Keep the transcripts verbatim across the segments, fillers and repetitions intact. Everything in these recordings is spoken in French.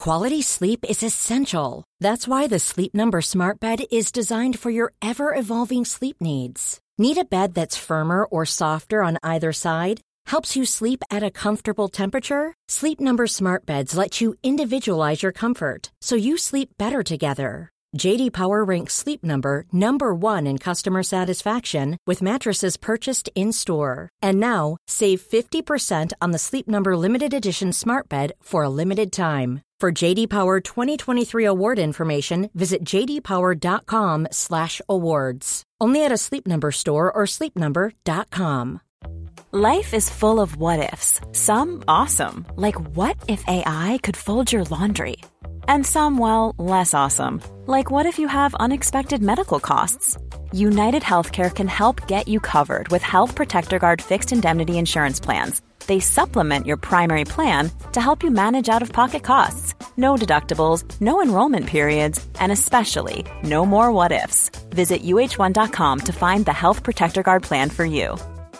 Quality sleep is essential. That's why the Sleep Number Smart Bed is designed for your ever-evolving sleep needs. Need a bed that's firmer or softer on either side? Helps you sleep at a comfortable temperature? Sleep Number Smart Beds let you individualize your comfort, so you sleep better together. J D Power ranks Sleep Number number one in customer satisfaction with mattresses purchased in-store. And now, save fifty percent on the Sleep Number Limited Edition Smart Bed for a limited time. For J D Power twenty twenty-three award information, visit j d power dot com slash awards. Only at a Sleep Number store or sleep number dot com. Life is full of what-ifs. Some awesome, like what if A I could fold your laundry? And some, well, less awesome, like what if you have unexpected medical costs? United Healthcare can help get you covered with Health Protector Guard fixed indemnity insurance plans. They supplement your primary plan to help you manage out-of-pocket costs. No deductibles, no enrollment periods, and especially no more what-ifs. Visit u h one dot com to find the Health Protector Guard plan for you.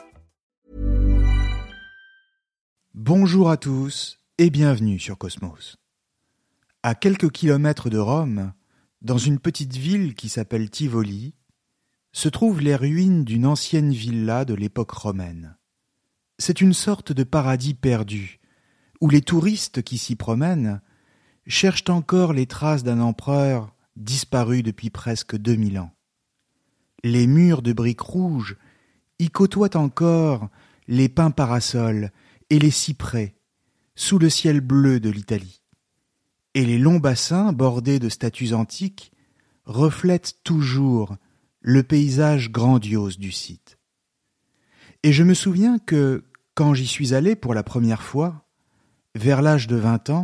Bonjour à tous et bienvenue sur Cosmos. À quelques kilomètres de Rome, dans une petite ville qui s'appelle Tivoli, se trouvent les ruines d'une ancienne villa de l'époque romaine. C'est une sorte de paradis perdu, où les touristes qui s'y promènent cherchent encore les traces d'un empereur disparu depuis presque deux mille ans. Les murs de briques rouges y côtoient encore les pins parasols et les cyprès sous le ciel bleu de l'Italie. Et les longs bassins bordés de statues antiques reflètent toujours le paysage grandiose du site. Et je me souviens que, quand j'y suis allé pour la première fois, vers l'âge de vingt ans,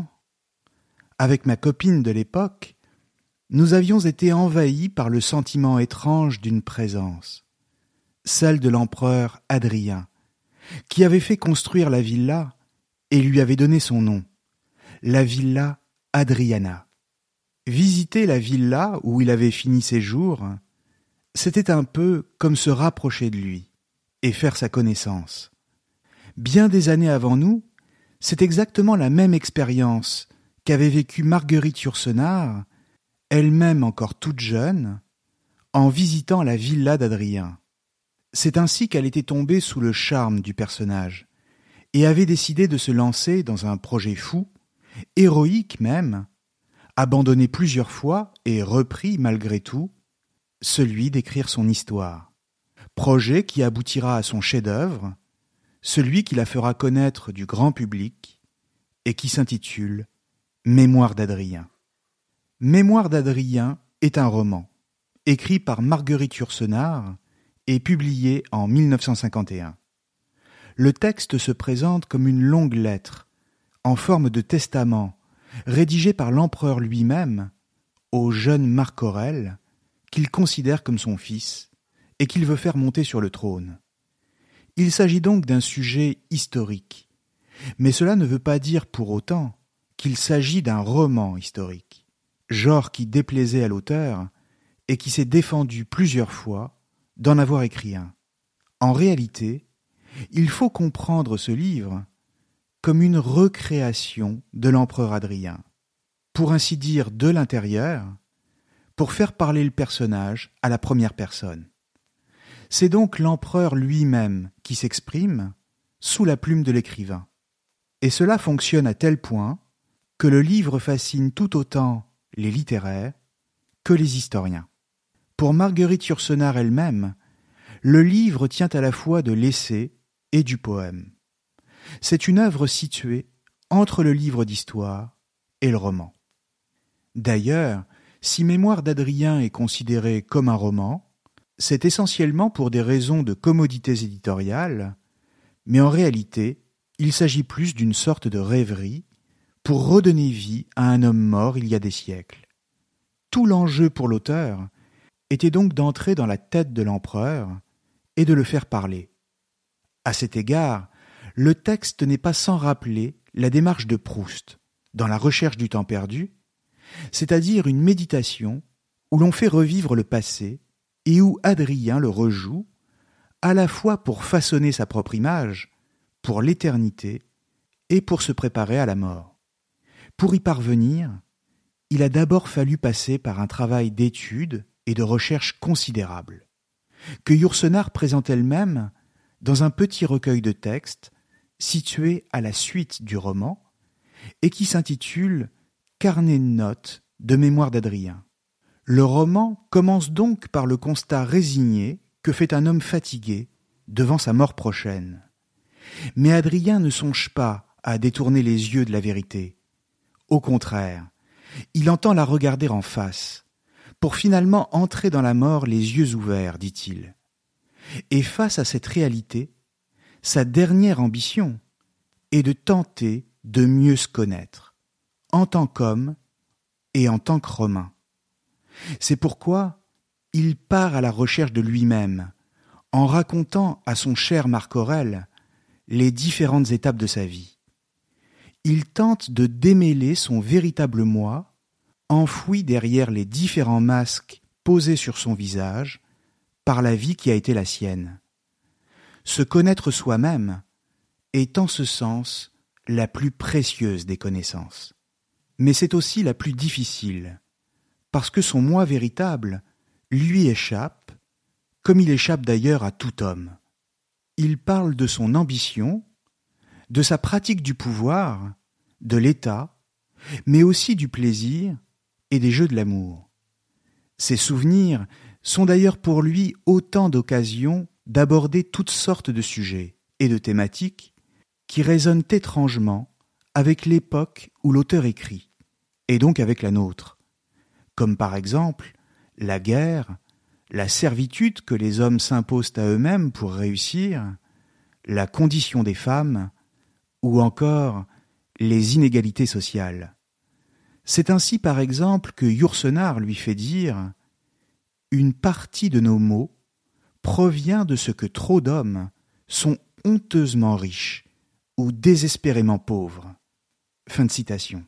avec ma copine de l'époque, nous avions été envahis par le sentiment étrange d'une présence, celle de l'empereur Hadrien, qui avait fait construire la villa et lui avait donné son nom, la villa Hadriana. Visiter la villa où il avait fini ses jours, c'était un peu comme se rapprocher de lui et faire sa connaissance. Bien des années avant nous, c'est exactement la même expérience qu'avait vécue Marguerite Yourcenar, elle-même encore toute jeune, en visitant la villa d'Hadrien. C'est ainsi qu'elle était tombée sous le charme du personnage et avait décidé de se lancer dans un projet fou, héroïque même, abandonné plusieurs fois et repris malgré tout, celui d'écrire son histoire. Projet qui aboutira à son chef-d'œuvre, celui qui la fera connaître du grand public et qui s'intitule Mémoires d'Hadrien. Mémoires d'Hadrien est un roman, écrit par Marguerite Yourcenar et publié en mille neuf cent cinquante et un. Le texte se présente comme une longue lettre, en forme de testament, rédigé par l'empereur lui-même au jeune Marc Aurèle, qu'il considère comme son fils et qu'il veut faire monter sur le trône. Il s'agit donc d'un sujet historique, mais cela ne veut pas dire pour autant qu'il s'agit d'un roman historique, genre qui déplaisait à l'auteur et qui s'est défendu plusieurs fois d'en avoir écrit un. En réalité, il faut comprendre ce livre comme une recréation de l'empereur Hadrien, pour ainsi dire de l'intérieur, pour faire parler le personnage à la première personne. C'est donc l'empereur lui-même qui s'exprime sous la plume de l'écrivain. Et cela fonctionne à tel point que le livre fascine tout autant les littéraires que les historiens. Pour Marguerite Yourcenar elle-même, le livre tient à la fois de l'essai et du poème. C'est une œuvre située entre le livre d'histoire et le roman. D'ailleurs, si Mémoires d'Hadrien est considéré comme un roman, c'est essentiellement pour des raisons de commodités éditoriales, mais en réalité, il s'agit plus d'une sorte de rêverie pour redonner vie à un homme mort il y a des siècles. Tout l'enjeu pour l'auteur était donc d'entrer dans la tête de l'empereur et de le faire parler. À cet égard, le texte n'est pas sans rappeler la démarche de Proust dans La recherche du temps perdu, c'est-à-dire une méditation où l'on fait revivre le passé et où Hadrien le rejoue, à la fois pour façonner sa propre image, pour l'éternité et pour se préparer à la mort. Pour y parvenir, il a d'abord fallu passer par un travail d'étude et de recherche considérable, que Yourcenar présente elle-même dans un petit recueil de textes situé à la suite du roman et qui s'intitule « Carnet de notes de mémoire d'Adrien ». Le roman commence donc par le constat résigné que fait un homme fatigué devant sa mort prochaine. Mais Adrien ne songe pas à détourner les yeux de la vérité. Au contraire, il entend la regarder en face, pour finalement entrer dans la mort les yeux ouverts, dit-il. Et face à cette réalité, sa dernière ambition est de tenter de mieux se connaître, en tant qu'homme et en tant que Romain. C'est pourquoi il part à la recherche de lui-même, en racontant à son cher Marc Aurèle les différentes étapes de sa vie. Il tente de démêler son véritable moi, enfoui derrière les différents masques posés sur son visage par la vie qui a été la sienne. Se connaître soi-même est en ce sens la plus précieuse des connaissances. Mais c'est aussi la plus difficile, parce que son moi véritable lui échappe, comme il échappe d'ailleurs à tout homme. Il parle de son ambition, de sa pratique du pouvoir, de l'État, mais aussi du plaisir et des jeux de l'amour. Ses souvenirs sont d'ailleurs pour lui autant d'occasions d'aborder toutes sortes de sujets et de thématiques qui résonnent étrangement avec l'époque où l'auteur écrit, et donc avec la nôtre, comme par exemple la guerre, la servitude que les hommes s'imposent à eux-mêmes pour réussir, la condition des femmes, ou encore les inégalités sociales. C'est ainsi par exemple que Yourcenar lui fait dire « Une partie de nos maux provient de ce que trop d'hommes sont honteusement riches ou désespérément pauvres. » Fin de citation.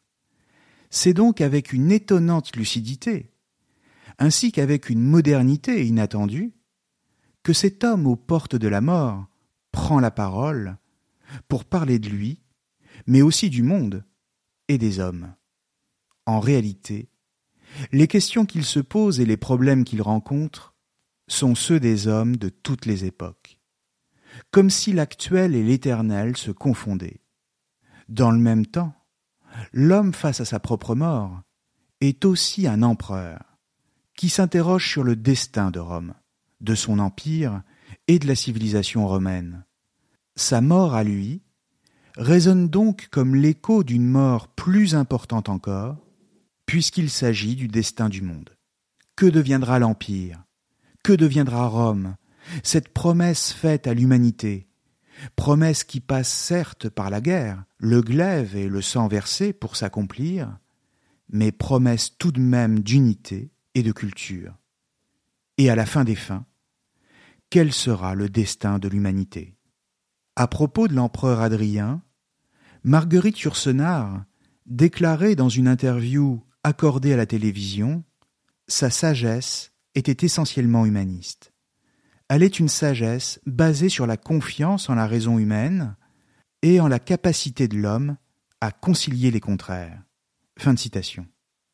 C'est donc avec une étonnante lucidité, ainsi qu'avec une modernité inattendue, que cet homme aux portes de la mort prend la parole pour parler de lui, mais aussi du monde et des hommes. En réalité, les questions qu'il se pose et les problèmes qu'il rencontre sont ceux des hommes de toutes les époques, comme si l'actuel et l'éternel se confondaient. Dans le même temps, l'homme face à sa propre mort est aussi un empereur qui s'interroge sur le destin de Rome, de son empire et de la civilisation romaine. Sa mort à lui résonne donc comme l'écho d'une mort plus importante encore, puisqu'il s'agit du destin du monde. Que deviendra l'Empire ? Que deviendra Rome ? Cette promesse faite à l'humanité, promesse qui passe certes par la guerre, le glaive et le sang versé pour s'accomplir, mais promesse tout de même d'unité et de culture. Et à la fin des fins, quel sera le destin de l'humanité ? À propos de l'empereur Adrien, Marguerite Yourcenar déclarait dans une interview accordée à la télévision, sa sagesse était essentiellement humaniste. Elle est une sagesse basée sur la confiance en la raison humaine et en la capacité de l'homme à concilier les contraires. Fin de citation.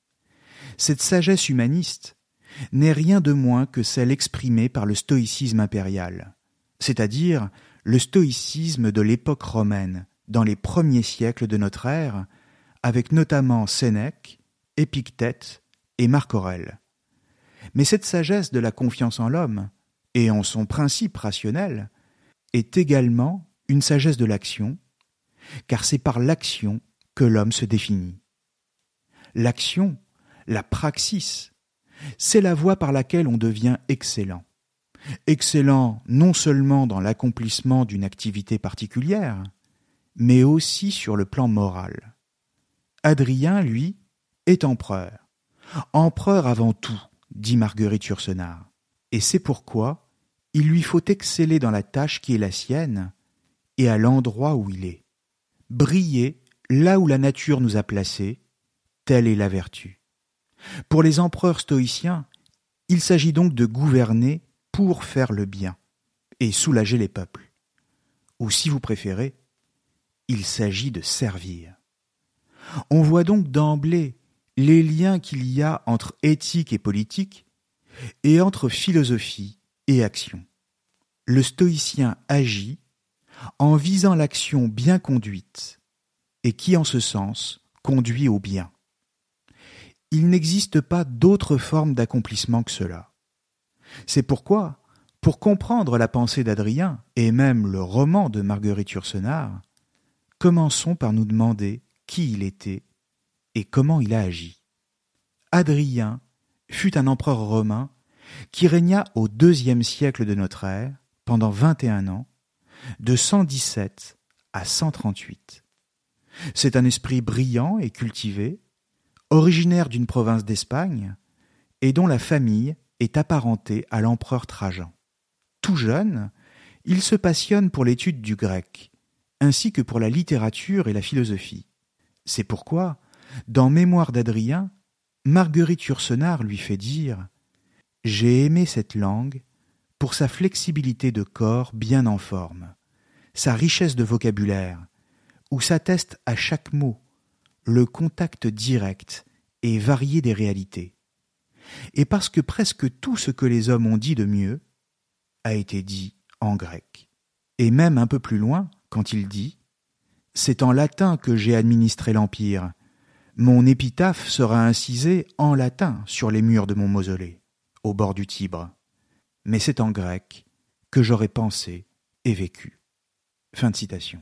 Cette sagesse humaniste n'est rien de moins que celle exprimée par le stoïcisme impérial, c'est-à-dire le stoïcisme de l'époque romaine, dans les premiers siècles de notre ère, avec notamment Sénèque, Épictète et Marc Aurèle. Mais cette sagesse de la confiance en l'homme, et en son principe rationnel, est également une sagesse de l'action, car c'est par l'action que l'homme se définit. L'action, la praxis, c'est la voie par laquelle on devient excellent. Excellent non seulement dans l'accomplissement d'une activité particulière, mais aussi sur le plan moral. Adrien, lui, est empereur. Empereur avant tout, dit Marguerite Yourcenar. Et c'est pourquoi il lui faut exceller dans la tâche qui est la sienne et à l'endroit où il est. Briller là où la nature nous a placés, telle est la vertu. Pour les empereurs stoïciens, il s'agit donc de gouverner pour faire le bien et soulager les peuples. Ou si vous préférez, il s'agit de servir. On voit donc d'emblée les liens qu'il y a entre éthique et politique et entre philosophie et action. Le stoïcien agit en visant l'action bien conduite et qui, en ce sens, conduit au bien. Il n'existe pas d'autre forme d'accomplissement que cela. C'est pourquoi, pour comprendre la pensée d'Adrien et même le roman de Marguerite Yourcenar, commençons par nous demander qui il était et comment il a agi. Adrien fut un empereur romain qui régna au deuxième siècle de notre ère pendant vingt et un ans, de cent dix-sept à cent trente-huit. C'est un esprit brillant et cultivé, originaire d'une province d'Espagne et dont la famille est apparentée à l'empereur Trajan. Tout jeune, il se passionne pour l'étude du grec, ainsi que pour la littérature et la philosophie. C'est pourquoi, dans Mémoires d'Adrien, Marguerite Yourcenar lui fait dire « J'ai aimé cette langue pour sa flexibilité de corps bien en forme, sa richesse de vocabulaire, où s'atteste à chaque mot le contact direct et varié des réalités, et parce que presque tout ce que les hommes ont dit de mieux a été dit en grec. Et même un peu plus loin, quand il dit « C'est en latin que j'ai administré l'Empire. Mon épitaphe sera incisée en latin sur les murs de mon mausolée, au bord du Tibre. Mais c'est en grec que j'aurais pensé et vécu. » Fin de citation.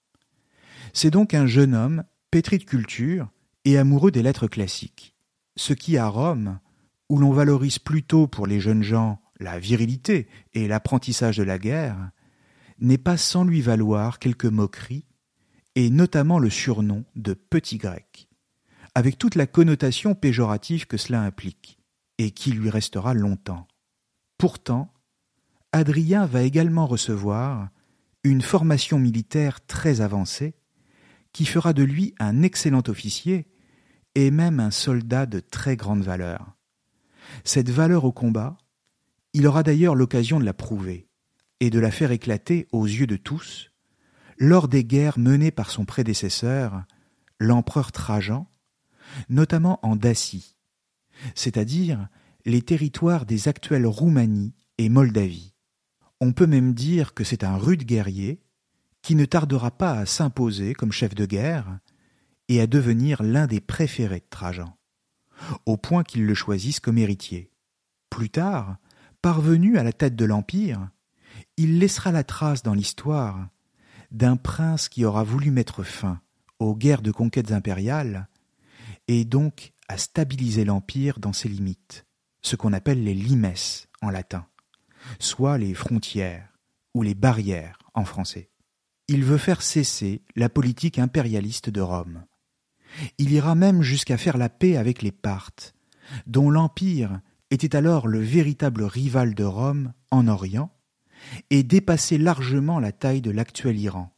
C'est donc un jeune homme pétri de culture et amoureux des lettres classiques, ce qui à Rome, où l'on valorise plutôt pour les jeunes gens la virilité et l'apprentissage de la guerre, n'est pas sans lui valoir quelques moqueries, et notamment le surnom de petit grec, avec toute la connotation péjorative que cela implique, et qui lui restera longtemps. Pourtant, Adrien va également recevoir une formation militaire très avancée, qui fera de lui un excellent officier et même un soldat de très grande valeur. Cette valeur au combat, il aura d'ailleurs l'occasion de la prouver et de la faire éclater aux yeux de tous lors des guerres menées par son prédécesseur, l'empereur Trajan, notamment en Dacie, c'est-à-dire les territoires des actuelles Roumanie et Moldavie. On peut même dire que c'est un rude guerrier qui ne tardera pas à s'imposer comme chef de guerre et à devenir l'un des préférés de Trajan, au point qu'il le choisisse comme héritier. Plus tard, parvenu à la tête de l'Empire, il laissera la trace dans l'histoire d'un prince qui aura voulu mettre fin aux guerres de conquêtes impériales et donc à stabiliser l'Empire dans ses limites, ce qu'on appelle les limes en latin, soit les frontières ou les barrières en français. Il veut faire cesser la politique impérialiste de Rome. Il ira même jusqu'à faire la paix avec les Parthes, dont l'Empire était alors le véritable rival de Rome en Orient, et dépassait largement la taille de l'actuel Iran.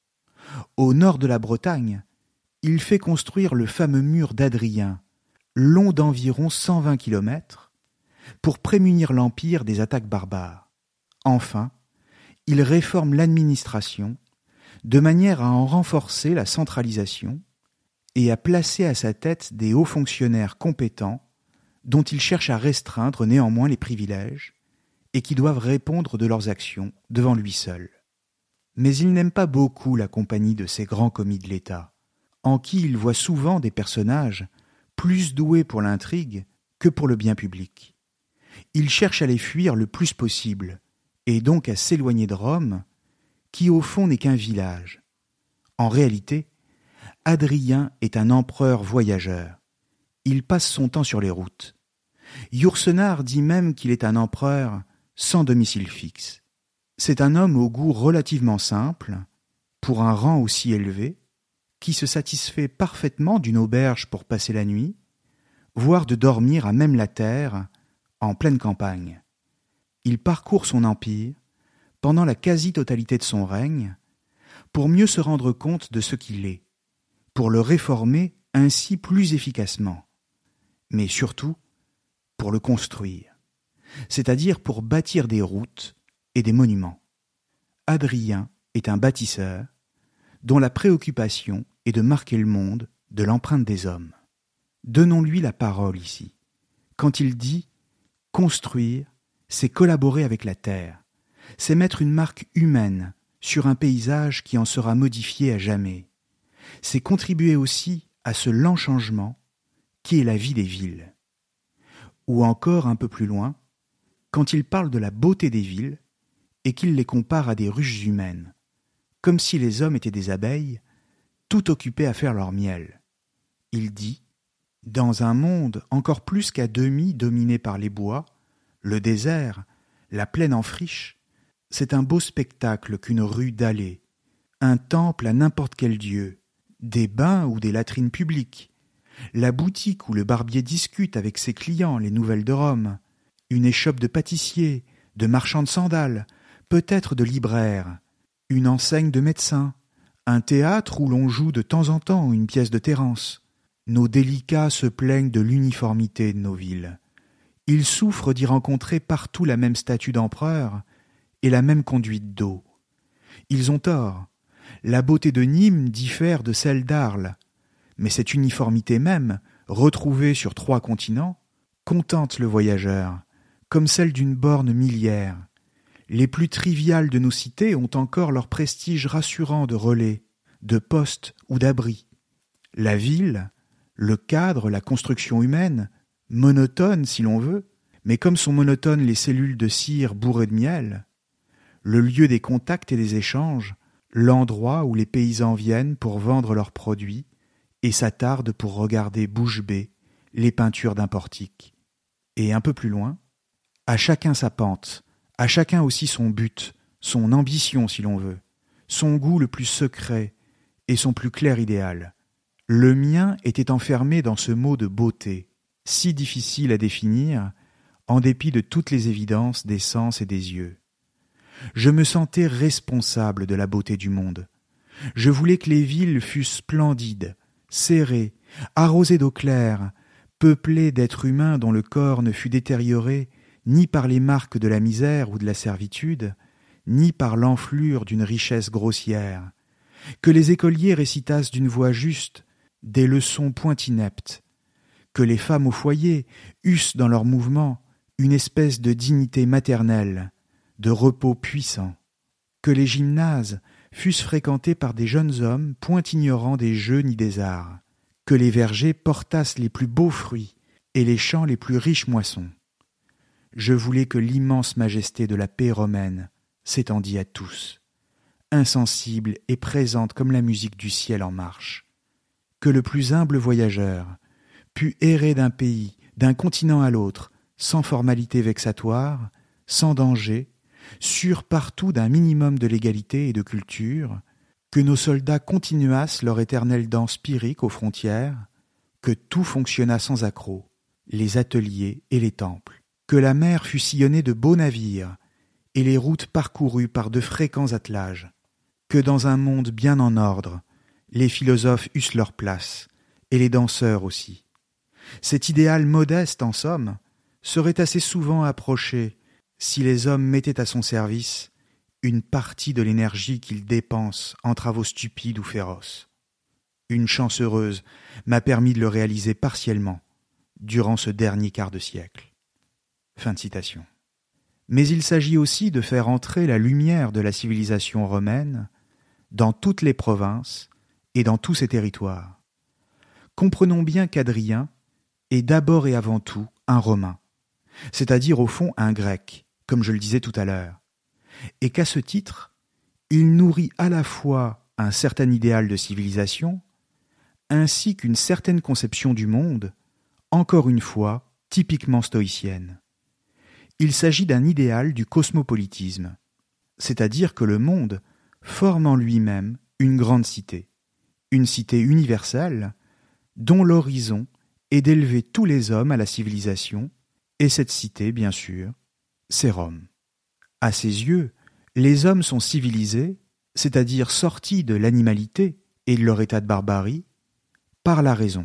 Au nord de la Bretagne, il fait construire le fameux mur d'Adrien, long d'environ cent vingt kilomètres, pour prémunir l'Empire des attaques barbares. Enfin, il réforme l'administration de manière à en renforcer la centralisation et à placer à sa tête des hauts fonctionnaires compétents dont il cherche à restreindre néanmoins les privilèges et qui doivent répondre de leurs actions devant lui seul. Mais il n'aime pas beaucoup la compagnie de ces grands commis de l'État, en qui il voit souvent des personnages plus doués pour l'intrigue que pour le bien public. Il cherche à les fuir le plus possible, et donc à s'éloigner de Rome, qui au fond n'est qu'un village. En réalité, Adrien est un empereur voyageur. Il passe son temps sur les routes. Yourcenar dit même qu'il est un empereur sans domicile fixe. C'est un homme au goût relativement simple, pour un rang aussi élevé, qui se satisfait parfaitement d'une auberge pour passer la nuit, voire de dormir à même la terre, en pleine campagne. Il parcourt son empire, pendant la quasi-totalité de son règne, pour mieux se rendre compte de ce qu'il est, pour le réformer ainsi plus efficacement, mais surtout pour le construire, c'est-à-dire pour bâtir des routes et des monuments. Adrien est un bâtisseur dont la préoccupation est de marquer le monde de l'empreinte des hommes. Donnons-lui la parole ici. Quand il dit « construire », c'est collaborer avec la terre, c'est mettre une marque humaine sur un paysage qui en sera modifié à jamais. C'est contribuer aussi à ce lent changement qui est la vie des villes. Ou encore un peu plus loin, quand il parle de la beauté des villes et qu'il les compare à des ruches humaines, comme si les hommes étaient des abeilles, tout occupés à faire leur miel. Il dit « Dans un monde encore plus qu'à demi dominé par les bois, le désert, la plaine en friche, c'est un beau spectacle qu'une rue dallée, un temple à n'importe quel dieu, des bains ou des latrines publiques, la boutique où le barbier discute avec ses clients les nouvelles de Rome, une échoppe de pâtissier, de marchand de sandales, peut-être de libraire, une enseigne de médecin, un théâtre où l'on joue de temps en temps une pièce de Terence. Nos délicats se plaignent de l'uniformité de nos villes. Ils souffrent d'y rencontrer partout la même statue d'empereur et la même conduite d'eau. Ils ont tort. La beauté de Nîmes diffère de celle d'Arles, mais cette uniformité même, retrouvée sur trois continents, contente le voyageur, comme celle d'une borne milliaire. Les plus triviales de nos cités ont encore leur prestige rassurant de relais, de poste ou d'abri. La ville, le cadre, la construction humaine, monotone si l'on veut, mais comme sont monotones les cellules de cire bourrées de miel, le lieu des contacts et des échanges, l'endroit où les paysans viennent pour vendre leurs produits et s'attardent pour regarder bouche bée les peintures d'un portique. Et un peu plus loin, à chacun sa pente, à chacun aussi son but, son ambition si l'on veut, son goût le plus secret et son plus clair idéal. Le mien était enfermé dans ce mot de beauté, si difficile à définir, en dépit de toutes les évidences des sens et des yeux. Je me sentais responsable de la beauté du monde. Je voulais que les villes fussent splendides, serrées, arrosées d'eau claire, peuplées d'êtres humains dont le corps ne fût détérioré ni par les marques de la misère ou de la servitude, ni par l'enflure d'une richesse grossière, que les écoliers récitassent d'une voix juste des leçons point ineptes, que les femmes au foyer eussent dans leurs mouvements une espèce de dignité maternelle, de repos puissant, que les gymnases fussent fréquentés par des jeunes hommes point ignorants des jeux ni des arts, que les vergers portassent les plus beaux fruits et les champs les plus riches moissons. Je voulais que l'immense majesté de la paix romaine s'étendît à tous, insensible et présente comme la musique du ciel en marche, que le plus humble voyageur pût errer d'un pays, d'un continent à l'autre, sans formalité vexatoire, sans danger, sûr partout d'un minimum de légalité et de culture, que nos soldats continuassent leur éternelle danse pyrrhique aux frontières, que tout fonctionnât sans accroc, les ateliers et les temples, que la mer fût sillonnée de beaux navires et les routes parcourues par de fréquents attelages, que dans un monde bien en ordre, les philosophes eussent leur place, et les danseurs aussi. Cet idéal modeste, en somme, serait assez souvent approché si les hommes mettaient à son service une partie de l'énergie qu'ils dépensent en travaux stupides ou féroces. Une chance heureuse m'a permis de le réaliser partiellement durant ce dernier quart de siècle. Fin de citation. Mais il s'agit aussi de faire entrer la lumière de la civilisation romaine dans toutes les provinces et dans tous ses territoires. Comprenons bien qu'Adrien est d'abord et avant tout un Romain, c'est-à-dire au fond un Grec, comme je le disais tout à l'heure, et qu'à ce titre, il nourrit à la fois un certain idéal de civilisation, ainsi qu'une certaine conception du monde, encore une fois, typiquement stoïcienne. Il s'agit d'un idéal du cosmopolitisme, c'est-à-dire que le monde forme en lui-même une grande cité, une cité universelle, dont l'horizon est d'élever tous les hommes à la civilisation, et cette cité, bien sûr, c'est Rome. À ses yeux, les hommes sont civilisés, c'est-à-dire sortis de l'animalité et de leur état de barbarie, par la raison.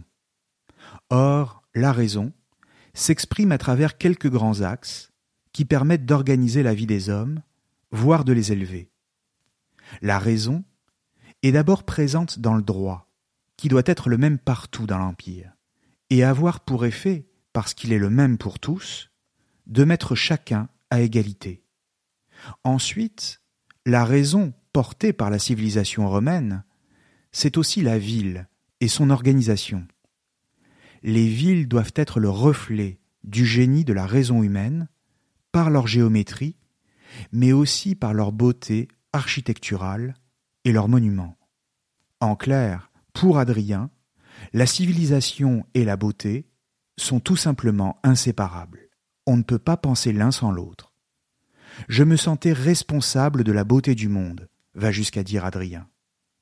Or, la raison s'exprime à travers quelques grands axes qui permettent d'organiser la vie des hommes, voire de les élever. La raison est d'abord présente dans le droit, qui doit être le même partout dans l'Empire, et avoir pour effet, parce qu'il est le même pour tous, de mettre chacun à égalité. Ensuite, la raison portée par la civilisation romaine, c'est aussi la ville et son organisation. Les villes doivent être le reflet du génie de la raison humaine, par leur géométrie, mais aussi par leur beauté architecturale et leurs monuments. En clair, pour Hadrien, la civilisation et la beauté sont tout simplement inséparables. On ne peut pas penser l'un sans l'autre. Je me sentais responsable de la beauté du monde, va jusqu'à dire Hadrien. Pourquoi ?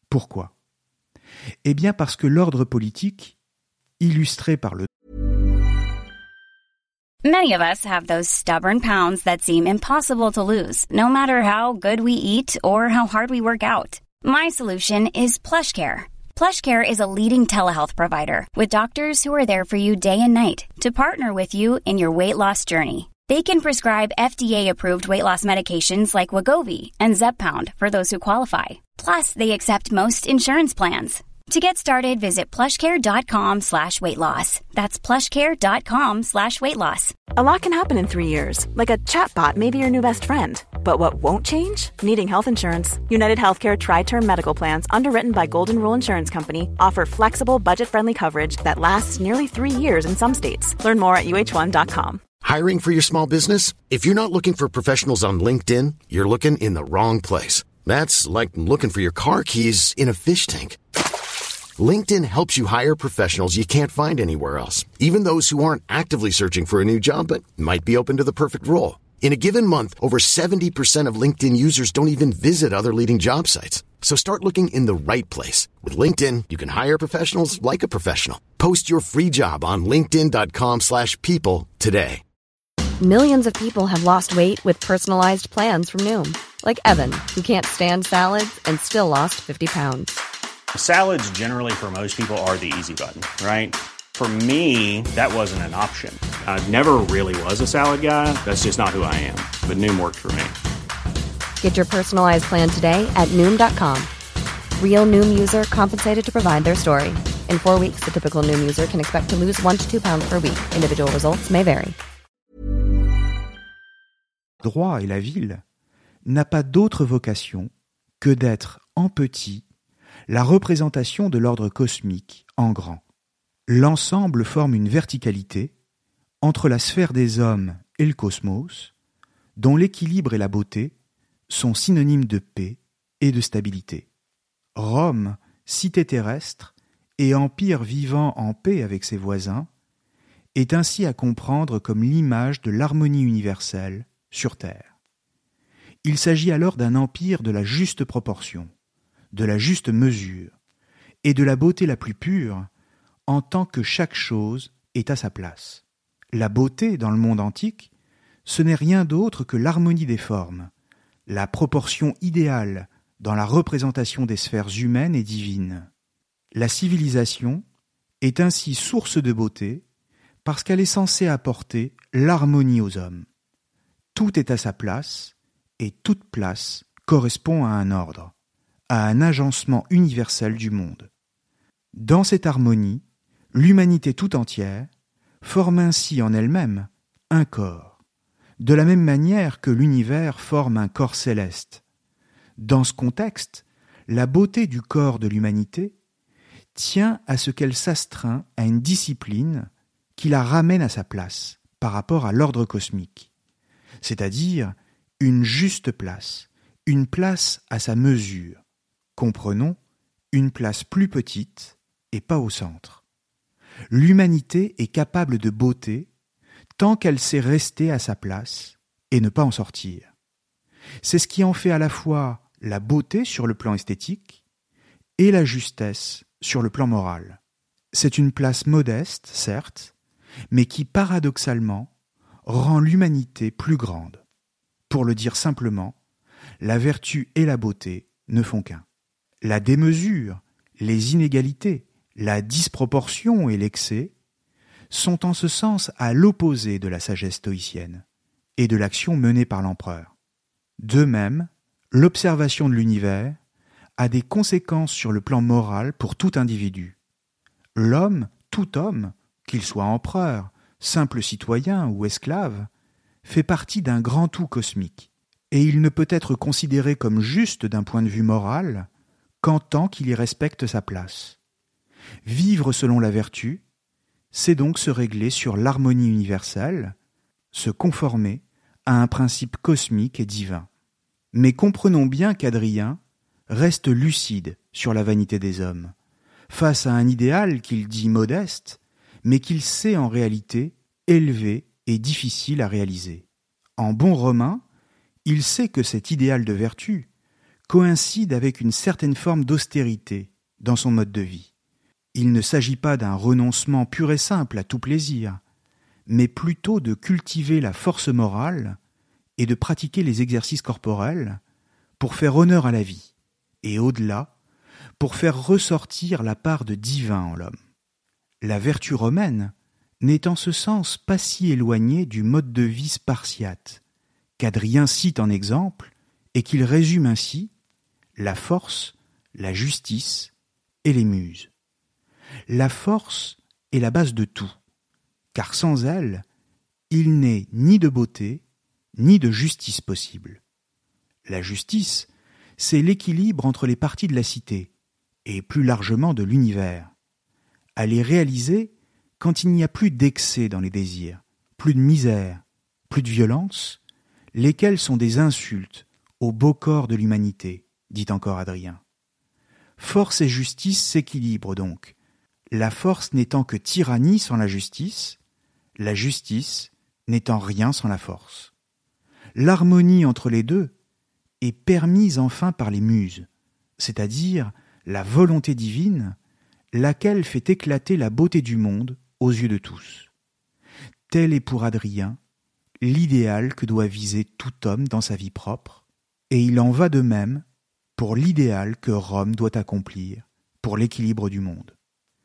Eh bien parce que l'ordre politique, illustré par le Many of us have those stubborn pounds that seem impossible to lose, no matter how good we eat or how hard we work out. My solution is PlushCare. PlushCare is a leading telehealth provider with doctors who are there for you day and night to partner with you in your weight loss journey. They can prescribe F D A-approved weight loss medications like Wegovy and Zepbound for those who qualify. Plus, they accept most insurance plans. To get started, visit plushcare.com slash weight loss. That's plushcare.com slash weight loss. A lot can happen in three years, like a chatbot may be your new best friend. But what won't change? Needing health insurance. United Healthcare Tri-Term Medical Plans, underwritten by Golden Rule Insurance Company, offer flexible, budget-friendly coverage that lasts nearly three years in some states. Learn more at U H one dot com. Hiring for your small business? If you're not looking for professionals on LinkedIn, you're looking in the wrong place. That's like looking for your car keys in a fish tank. LinkedIn helps you hire professionals you can't find anywhere else, even those who aren't actively searching for a new job but might be open to the perfect role. In a given month, over seventy percent of LinkedIn users don't even visit other leading job sites. So start looking in the right place. With LinkedIn, you can hire professionals like a professional. Post your free job on linkedin.com slash people today. Millions of people have lost weight with personalized plans from Noom. Like Evan, who can't stand salads and still lost fifty pounds. Salads generally for most people are the easy button, right? For me, that wasn't an option. I never really was a salad guy. That's just not who I am. But Noom worked for me. Get your personalized plan today at Noom dot com. Real Noom user compensated to provide their story. In four weeks, the typical Noom user can expect to lose one to two pounds per week. Individual results may vary. Droit et la ville n'a pas d'autre vocation que d'être en petit la représentation de l'ordre cosmique en grand. L'ensemble forme une verticalité entre la sphère des hommes et le cosmos, dont l'équilibre et la beauté sont synonymes de paix et de stabilité. Rome, cité terrestre et empire vivant en paix avec ses voisins, est ainsi à comprendre comme l'image de l'harmonie universelle sur Terre. Il s'agit alors d'un empire de la juste proportion, de la juste mesure et de la beauté la plus pure, en tant que chaque chose est à sa place. La beauté, dans le monde antique, ce n'est rien d'autre que l'harmonie des formes, la proportion idéale dans la représentation des sphères humaines et divines. La civilisation est ainsi source de beauté parce qu'elle est censée apporter l'harmonie aux hommes. Tout est à sa place et toute place correspond à un ordre, à un agencement universel du monde. Dans cette harmonie, l'humanité tout entière forme ainsi en elle-même un corps, de la même manière que l'univers forme un corps céleste. Dans ce contexte, la beauté du corps de l'humanité tient à ce qu'elle s'astreint à une discipline qui la ramène à sa place par rapport à l'ordre cosmique, c'est-à-dire une juste place, une place à sa mesure. Comprenons, une place plus petite et pas au centre. L'humanité est capable de beauté tant qu'elle sait rester à sa place et ne pas en sortir. C'est ce qui en fait à la fois la beauté sur le plan esthétique et la justesse sur le plan moral. C'est une place modeste, certes, mais qui paradoxalement rend l'humanité plus grande. Pour le dire simplement, la vertu et la beauté ne font qu'un. La démesure, les inégalités, la disproportion et l'excès sont en ce sens à l'opposé de la sagesse stoïcienne et de l'action menée par l'empereur. De même, l'observation de l'univers a des conséquences sur le plan moral pour tout individu, L'homme, tout homme, qu'il soit empereur, simple citoyen ou esclave, fait partie d'un grand tout cosmique, et il ne peut être considéré comme juste d'un point de vue moral qu'en tant qu'il y respecte sa place. Vivre selon la vertu, c'est donc se régler sur l'harmonie universelle, se conformer à un principe cosmique et divin. Mais comprenons bien qu'Adrien reste lucide sur la vanité des hommes, face à un idéal qu'il dit modeste, mais qu'il sait en réalité élevé et difficile à réaliser. En bon romain, il sait que cet idéal de vertu coïncide avec une certaine forme d'austérité dans son mode de vie. Il ne s'agit pas d'un renoncement pur et simple à tout plaisir, mais plutôt de cultiver la force morale et de pratiquer les exercices corporels pour faire honneur à la vie, et au-delà, pour faire ressortir la part de divin en l'homme. La vertu romaine n'est en ce sens pas si éloignée du mode de vie spartiate, qu'Adrien cite en exemple et qu'il résume ainsi: la force, la justice et les muses. La force est la base de tout, car sans elle, il n'est ni de beauté, ni de justice possible. La justice, c'est l'équilibre entre les parties de la cité, et plus largement de l'univers. Elle est réalisée quand il n'y a plus d'excès dans les désirs, plus de misère, plus de violence, lesquelles sont des insultes au beau corps de l'humanité, dit encore Adrien. Force et justice s'équilibrent donc, la force n'étant que tyrannie sans la justice, la justice n'étant rien sans la force. L'harmonie entre les deux est permise enfin par les muses, c'est-à-dire la volonté divine, laquelle fait éclater la beauté du monde aux yeux de tous. Tel est pour Adrien l'idéal que doit viser tout homme dans sa vie propre, et il en va de même pour l'idéal que Rome doit accomplir pour l'équilibre du monde.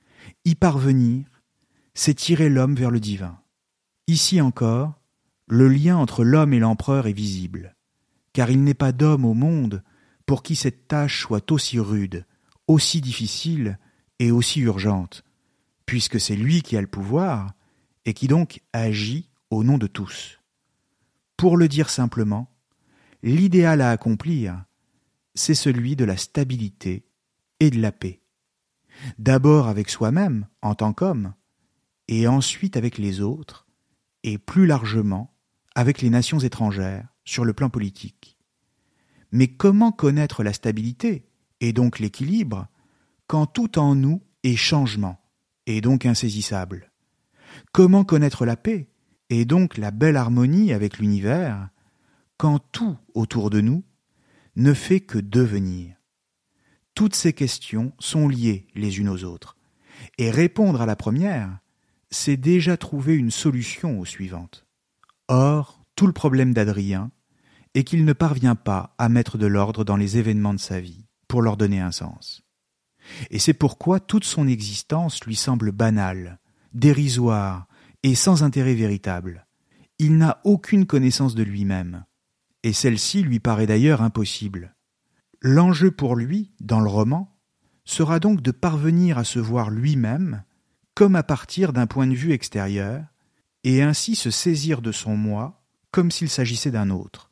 Y parvenir, c'est tirer l'homme vers le divin. Ici encore, le lien entre l'homme et l'empereur est visible, car il n'est pas d'homme au monde pour qui cette tâche soit aussi rude, aussi difficile et aussi urgente, puisque c'est lui qui a le pouvoir et qui donc agit au nom de tous. Pour le dire simplement, l'idéal à accomplir, c'est celui de la stabilité et de la paix. D'abord avec soi-même en tant qu'homme, et ensuite avec les autres, et plus largement avec les nations étrangères sur le plan politique. Mais comment connaître la stabilité, et donc l'équilibre, quand tout en nous est changement, et donc insaisissable? Comment connaître la paix, et donc la belle harmonie avec l'univers, quand tout autour de nous ne fait que devenir? Toutes ces questions sont liées les unes aux autres, et répondre à la première, c'est déjà trouver une solution aux suivantes. Or, tout le problème d'Adrien est qu'il ne parvient pas à mettre de l'ordre dans les événements de sa vie pour leur donner un sens. Et c'est pourquoi toute son existence lui semble banale, dérisoire et sans intérêt véritable. Il n'a aucune connaissance de lui-même, et celle-ci lui paraît d'ailleurs impossible. L'enjeu pour lui, dans le roman, sera donc de parvenir à se voir lui-même comme à partir d'un point de vue extérieur, et ainsi se saisir de son moi comme s'il s'agissait d'un autre.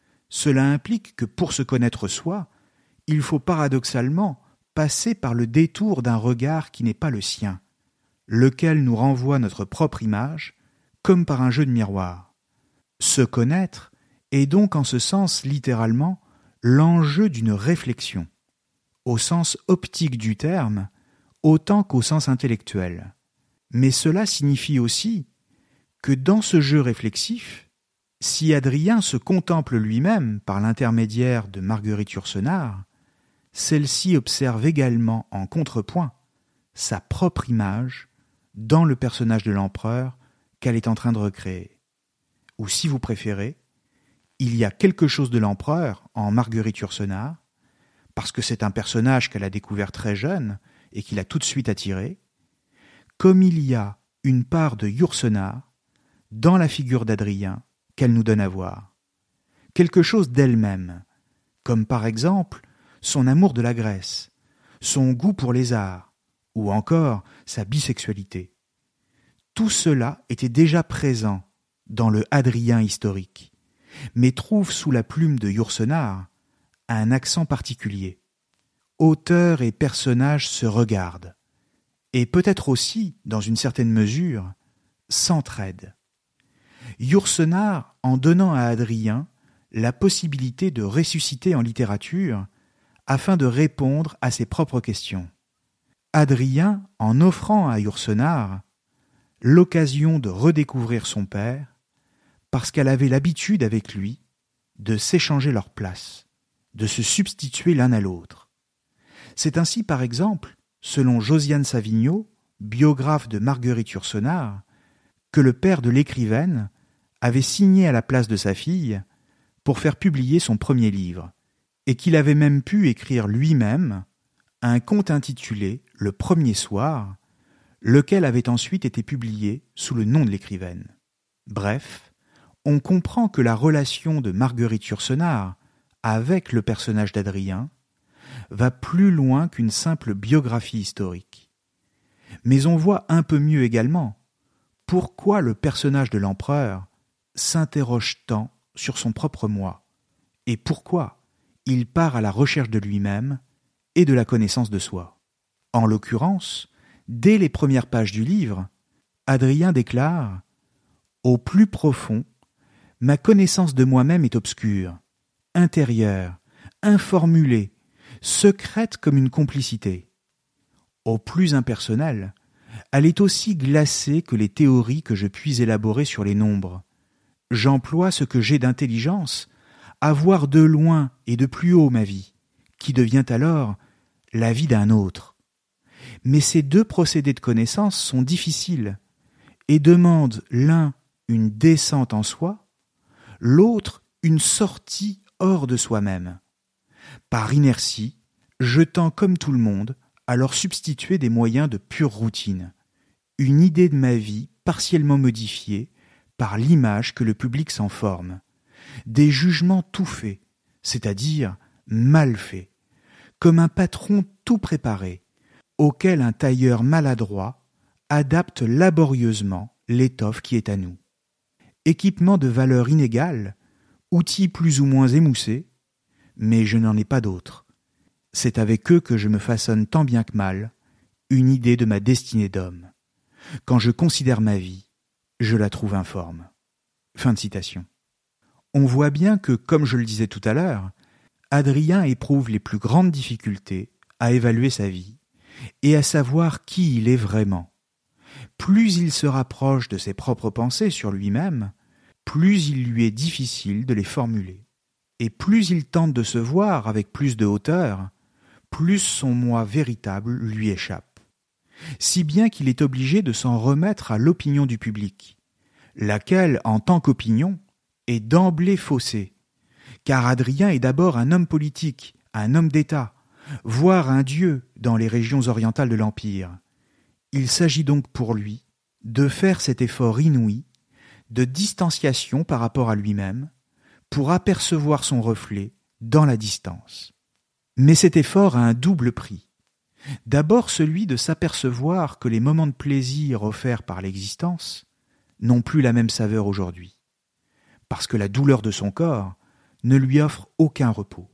Cela implique que pour se connaître soi, il faut paradoxalement passer par le détour d'un regard qui n'est pas le sien, lequel nous renvoie notre propre image, comme par un jeu de miroir. Se connaître est donc en ce sens littéralement l'enjeu d'une réflexion, au sens optique du terme, autant qu'au sens intellectuel. Mais cela signifie aussi que dans ce jeu réflexif, si Adrien se contemple lui-même par l'intermédiaire de Marguerite Yourcenar, celle-ci observe également en contrepoint sa propre image dans le personnage de l'empereur qu'elle est en train de recréer. Ou si vous préférez, il y a quelque chose de l'empereur en Marguerite Yourcenar, parce que c'est un personnage qu'elle a découvert très jeune et qui l'a tout de suite attiré, comme il y a une part de Yourcenar dans la figure d'Adrien qu'elle nous donne à voir. Quelque chose d'elle-même, comme par exemple son amour de la Grèce, son goût pour les arts, ou encore sa bisexualité. Tout cela était déjà présent dans le Hadrien historique, mais trouve sous la plume de Yourcenar un accent particulier. Auteur et personnage se regardent, et peut-être aussi, dans une certaine mesure, s'entraident. Yourcenar, en donnant à Hadrien la possibilité de ressusciter en littérature afin de répondre à ses propres questions. Hadrien, en offrant à Yourcenar l'occasion de redécouvrir son père, parce qu'elle avait l'habitude avec lui de s'échanger leurs places, de se substituer l'un à l'autre. C'est ainsi, par exemple, selon Josiane Savigno, biographe de Marguerite Yourcenar, que le père de l'écrivaine avait signé à la place de sa fille pour faire publier son premier livre, et qu'il avait même pu écrire lui-même un conte intitulé « Le premier soir », lequel avait ensuite été publié sous le nom de l'écrivaine. Bref, on comprend que la relation de Marguerite Yourcenar avec le personnage d'Hadrien va plus loin qu'une simple biographie historique. Mais on voit un peu mieux également pourquoi le personnage de l'empereur s'interroge tant sur son propre moi, et pourquoi il part à la recherche de lui-même et de la connaissance de soi. En l'occurrence, dès les premières pages du livre, Hadrien déclare « Au plus profond, ma connaissance de moi-même est obscure, intérieure, informulée, secrète comme une complicité. Au plus impersonnel, elle est aussi glacée que les théories que je puis élaborer sur les nombres. J'emploie ce que j'ai d'intelligence à voir de loin et de plus haut ma vie, qui devient alors la vie d'un autre. Mais ces deux procédés de connaissance sont difficiles et demandent l'un une descente en soi, l'autre une sortie hors de soi-même. Par inertie, je tends comme tout le monde à leur substituer des moyens de pure routine, une idée de ma vie partiellement modifiée par l'image que le public s'en forme, des jugements tout faits, c'est-à-dire mal faits, comme un patron tout préparé, auquel un tailleur maladroit adapte laborieusement l'étoffe qui est à nous. Équipement de valeur inégale, outils plus ou moins émoussés, mais je n'en ai pas d'autres. C'est avec eux que je me façonne tant bien que mal une idée de ma destinée d'homme. Quand je considère ma vie, je la trouve informe. » Fin de citation. On voit bien que, comme je le disais tout à l'heure, Hadrien éprouve les plus grandes difficultés à évaluer sa vie et à savoir qui il est vraiment. Plus il se rapproche de ses propres pensées sur lui-même, plus il lui est difficile de les formuler. Et plus il tente de se voir avec plus de hauteur, plus son moi véritable lui échappe. Si bien qu'il est obligé de s'en remettre à l'opinion du public, laquelle, en tant qu'opinion, est d'emblée faussée, car Hadrien est d'abord un homme politique, un homme d'État, voire un dieu dans les régions orientales de l'Empire. Il s'agit donc pour lui de faire cet effort inouï de distanciation par rapport à lui-même pour apercevoir son reflet dans la distance. Mais cet effort a un double prix. D'abord celui de s'apercevoir que les moments de plaisir offerts par l'existence n'ont plus la même saveur aujourd'hui, parce que la douleur de son corps ne lui offre aucun repos.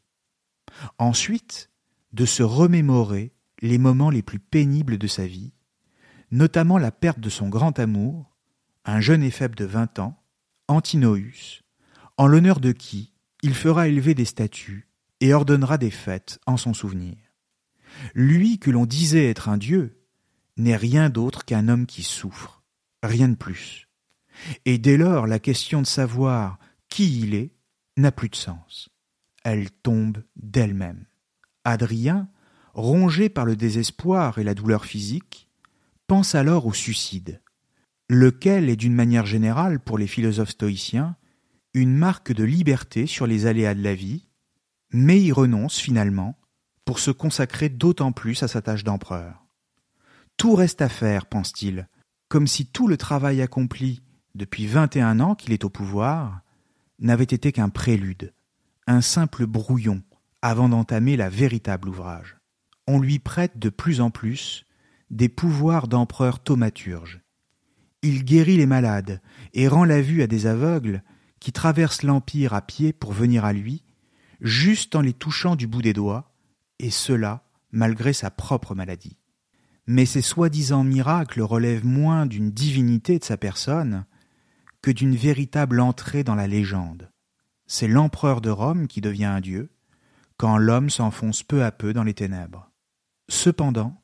Ensuite, de se remémorer les moments les plus pénibles de sa vie, notamment la perte de son grand amour, un jeune éphèbe de vingt ans, Antinoüs, en l'honneur de qui il fera élever des statues et ordonnera des fêtes en son souvenir. Lui que l'on disait être un dieu n'est rien d'autre qu'un homme qui souffre, rien de plus. Et dès lors, la question de savoir qui il est n'a plus de sens. Elle tombe d'elle-même. Hadrien, rongé par le désespoir et la douleur physique, pense alors au suicide, lequel est d'une manière générale pour les philosophes stoïciens une marque de liberté sur les aléas de la vie, mais y renonce finalement pour se consacrer d'autant plus à sa tâche d'empereur. Tout reste à faire, pense-t-il, comme si tout le travail accompli depuis vingt et un ans qu'il est au pouvoir n'avait été qu'un prélude, un simple brouillon avant d'entamer la véritable ouvrage. On lui prête de plus en plus des pouvoirs d'empereur thaumaturge. Il guérit les malades et rend la vue à des aveugles qui traversent l'Empire à pied pour venir à lui, juste en les touchant du bout des doigts, et cela malgré sa propre maladie. Mais ces soi-disant miracles relèvent moins d'une divinité de sa personne que d'une véritable entrée dans la légende. C'est l'empereur de Rome qui devient un dieu, quand l'homme s'enfonce peu à peu dans les ténèbres. Cependant,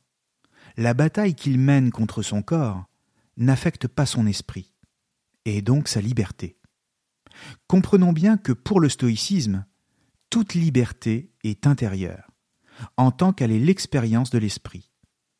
la bataille qu'il mène contre son corps n'affecte pas son esprit, et donc sa liberté. Comprenons bien que pour le stoïcisme, toute liberté est intérieure, en tant qu'elle est l'expérience de l'esprit.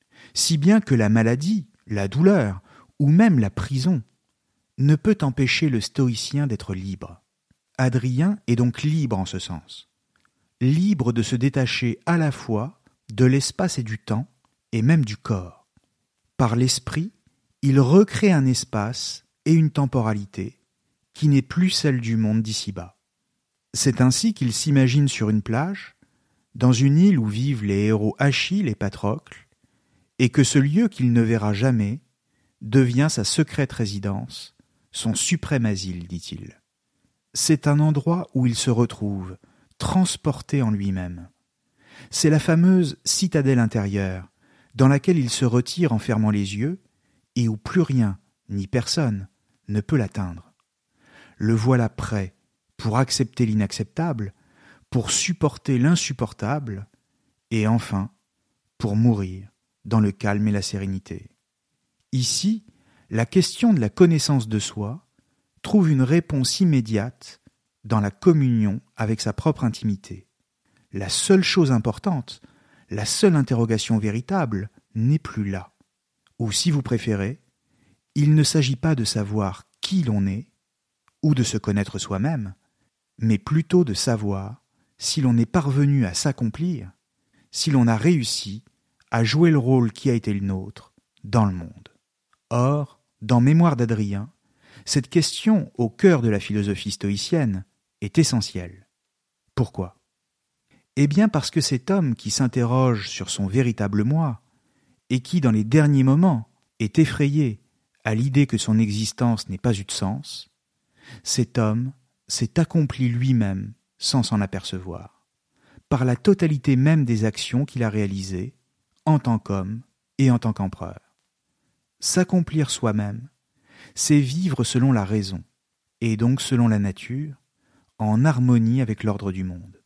Si bien que la maladie, la douleur, ou même la prison, ne peut empêcher le stoïcien d'être libre. Hadrien est donc libre en ce sens, libre de se détacher à la fois de l'espace et du temps, et même du corps. Par l'esprit, il recrée un espace et une temporalité qui n'est plus celle du monde d'ici-bas. C'est ainsi qu'il s'imagine sur une plage, dans une île où vivent les héros Achille et Patrocle, et que ce lieu qu'il ne verra jamais devient sa secrète résidence, son suprême asile, dit-il. C'est un endroit où il se retrouve, transporté en lui-même. C'est la fameuse citadelle intérieure, dans laquelle il se retire en fermant les yeux, et où plus rien, ni personne, ne peut l'atteindre. Le voilà prêt pour accepter l'inacceptable, pour supporter l'insupportable, et enfin, pour mourir dans le calme et la sérénité. Ici, la question de la connaissance de soi trouve une réponse immédiate dans la communion avec sa propre intimité. La seule chose importante, la seule interrogation véritable n'est plus là. Ou si vous préférez, il ne s'agit pas de savoir qui l'on est, ou de se connaître soi-même, mais plutôt de savoir si l'on est parvenu à s'accomplir, si l'on a réussi à jouer le rôle qui a été le nôtre dans le monde. Or, dans Mémoires d'Hadrien, cette question au cœur de la philosophie stoïcienne est essentielle. Pourquoi ? Eh bien parce que cet homme qui s'interroge sur son véritable moi, et qui, dans les derniers moments, est effrayé à l'idée que son existence n'ait pas eu de sens, cet homme s'est accompli lui-même sans s'en apercevoir, par la totalité même des actions qu'il a réalisées, en tant qu'homme et en tant qu'empereur. S'accomplir soi-même, c'est vivre selon la raison, et donc selon la nature, en harmonie avec l'ordre du monde.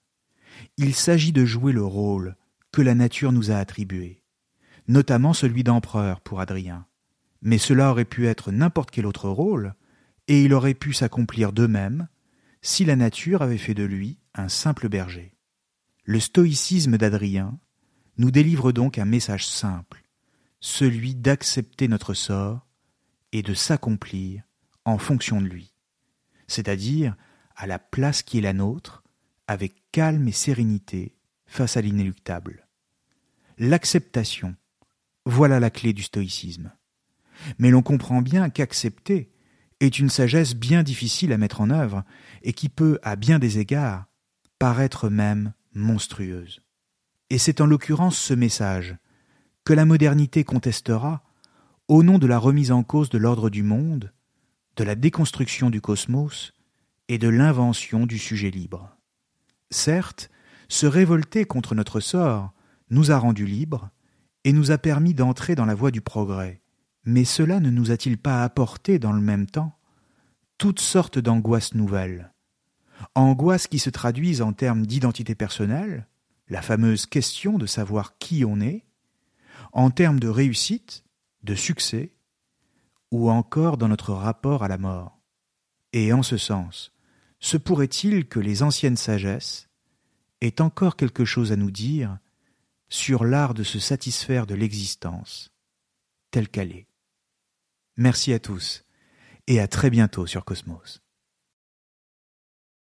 Il s'agit de jouer le rôle que la nature nous a attribué, notamment celui d'empereur pour Hadrien. Mais cela aurait pu être n'importe quel autre rôle, et il aurait pu s'accomplir de même si la nature avait fait de lui un simple berger. Le stoïcisme d'Hadrien nous délivre donc un message simple, celui d'accepter notre sort et de s'accomplir en fonction de lui, c'est-à-dire à la place qui est la nôtre, avec calme et sérénité face à l'inéluctable. L'acceptation, voilà la clé du stoïcisme. Mais l'on comprend bien qu'accepter est une sagesse bien difficile à mettre en œuvre et qui peut, à bien des égards, paraître même monstrueuse. Et c'est en l'occurrence ce message que la modernité contestera au nom de la remise en cause de l'ordre du monde, de la déconstruction du cosmos et de l'invention du sujet libre. Certes, se révolter contre notre sort nous a rendus libres et nous a permis d'entrer dans la voie du progrès, mais cela ne nous a-t-il pas apporté dans le même temps toutes sortes d'angoisses nouvelles, angoisses qui se traduisent en termes d'identité personnelle, la fameuse question de savoir qui on est, en termes de réussite, de succès, ou encore dans notre rapport à la mort. Et en ce sens, se pourrait-il que les anciennes sagesses aient encore quelque chose à nous dire sur l'art de se satisfaire de l'existence telle qu'elle est. Merci à tous et à très bientôt sur Cosmos.